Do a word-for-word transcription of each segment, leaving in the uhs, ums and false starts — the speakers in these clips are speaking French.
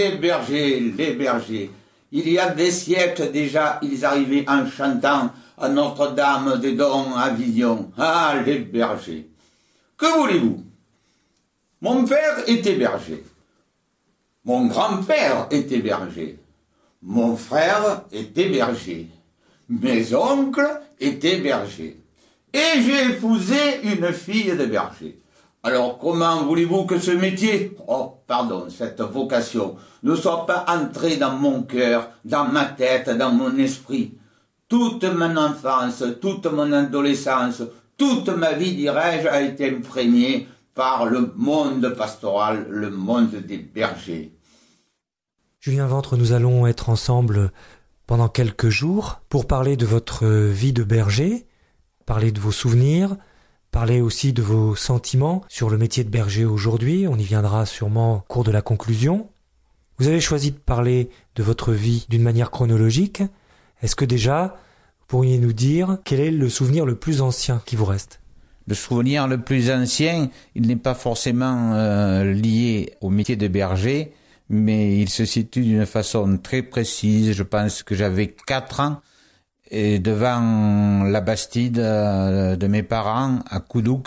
les bergers, les bergers. Il y a des siècles déjà, ils arrivaient en chantant à Notre-Dame des Dons à Vision. Ah, les bergers. Que voulez-vous? Mon père était berger. Mon grand-père était berger. Mon frère était berger. Mes oncles étaient bergers. Et j'ai épousé une fille de berger. Alors comment voulez-vous que ce métier, oh pardon, cette vocation, ne soit pas entrée dans mon cœur, dans ma tête, dans mon esprit? Toute mon enfance, toute mon adolescence, toute ma vie, dirais-je, a été imprégnée par le monde pastoral, le monde des bergers. Julien Ventre, nous allons être ensemble pendant quelques jours pour parler de votre vie de berger, parler de vos souvenirs, parler aussi de vos sentiments sur le métier de berger aujourd'hui. On y viendra sûrement au cours de la conclusion. Vous avez choisi de parler de votre vie d'une manière chronologique. Est-ce que déjà, vous pourriez nous dire quel est le souvenir le plus ancien qui vous reste? Le souvenir le plus ancien, il n'est pas forcément euh, lié au métier de berger, mais il se situe d'une façon très précise. Je pense que j'avais quatre ans et devant la bastide de mes parents à Coudoux.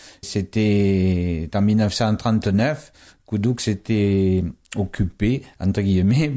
C'était en dix-neuf cent trente-neuf. Coudoux était occupé, entre guillemets,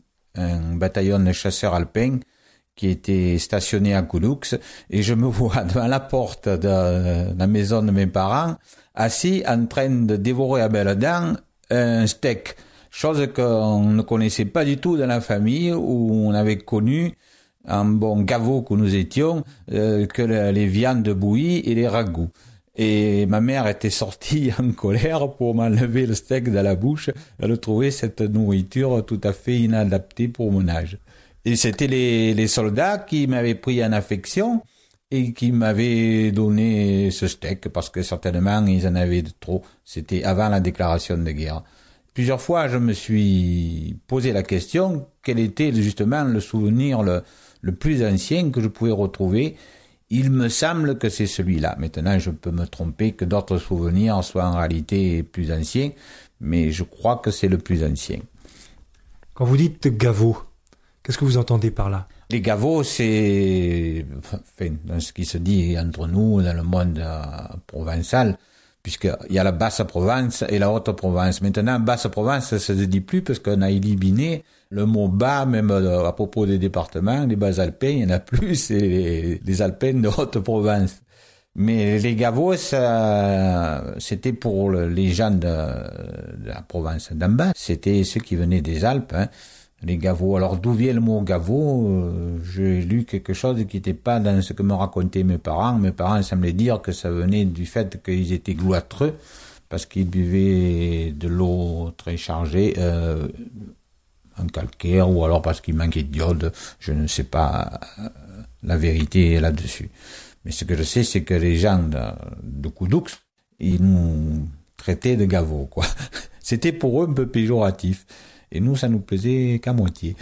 un bataillon de chasseurs alpins qui était stationné à Coudoux, et je me vois devant la porte de la maison de mes parents, assis en train de dévorer à belles dents un steak. Chose qu'on ne connaissait pas du tout dans la famille, où on avait connu, un bon gaveau que nous étions, euh, que les viandes bouillies et les ragoûts. Et ma mère était sortie en colère pour m'enlever le steak de la bouche. Elle trouvait cette nourriture tout à fait inadaptée pour mon âge. Et c'était les, les soldats qui m'avaient pris en affection et qui m'avaient donné ce steak, parce que certainement ils en avaient de trop. C'était avant la déclaration de guerre. Plusieurs fois, je me suis posé la question, quel était justement le souvenir le, le plus ancien que je pouvais retrouver. Il me semble que c'est celui-là. Maintenant, je peux me tromper, que d'autres souvenirs soient en réalité plus anciens, mais je crois que c'est le plus ancien. Quand vous dites gaveau, qu'est-ce que vous entendez par là? Les gavots, c'est, enfin, dans ce qui se dit entre nous, dans le monde euh, provençal, puisqu'il y a la Basse-Provence et la Haute-Provence. Maintenant, Basse-Provence, ça se dit plus parce qu'on a éliminé le mot bas, même à propos des départements, les bas alpins, il n'y en a plus, c'est les, les alpins de Haute-Provence. Mais les gavots, ça, c'était pour les gens de, de la province d'en bas, c'était ceux qui venaient des Alpes, hein. Les gavots. Alors d'où vient le mot gavot? euh, J'ai lu quelque chose qui n'était pas dans ce que me racontaient mes parents. Mes parents semblaient dire que ça venait du fait qu'ils étaient glouatreux, parce qu'ils buvaient de l'eau très chargée, euh, en calcaire, ou alors parce qu'ils manquaient d'iode. Je ne sais pas euh, la vérité là-dessus. Mais ce que je sais, c'est que les gens de, de Coudoux, ils nous traitaient de gavots, quoi. C'était pour eux un peu péjoratif. Et nous, ça nous plaisait qu'à moitié.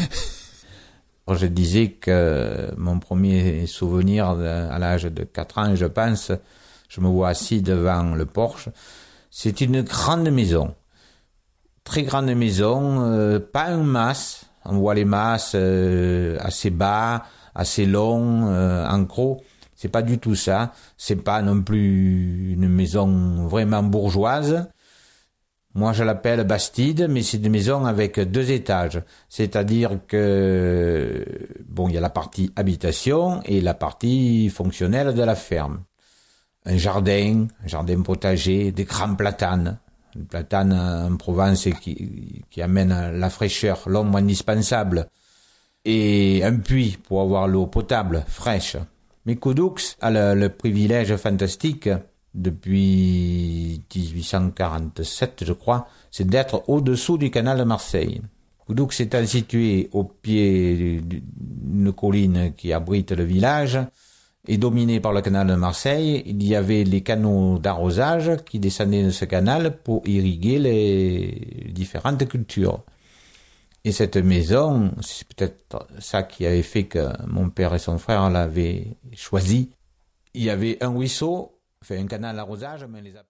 Je disais que mon premier souvenir de, à l'âge de quatre ans, je pense, je me vois assis devant le porche. C'est une grande maison. Très grande maison, euh, pas un mas. On voit les mas euh, assez bas, assez longs, euh, en gros. C'est pas du tout ça. C'est pas non plus une maison vraiment bourgeoise. Moi, je l'appelle bastide, mais c'est une maison avec deux étages. C'est-à-dire que, bon, il y a la partie habitation et la partie fonctionnelle de la ferme. Un jardin, un jardin potager, des grands platanes. Le platane en Provence qui, qui amène la fraîcheur, l'ombre indispensable. Et un puits pour avoir l'eau potable, fraîche. Mais Coudoux a le, le privilège fantastique, depuis dix-huit cent quarante-sept, je crois, c'est d'être au-dessous du canal de Marseille. Coudoux étant situé au pied d'une colline qui abrite le village et dominé par le canal de Marseille, il y avait les canaux d'arrosage qui descendaient de ce canal pour irriguer les différentes cultures. Et cette maison, c'est peut-être ça qui avait fait que mon père et son frère l'avaient choisi. Il y avait un ruisseau, fait un canal d'arrosage, mais les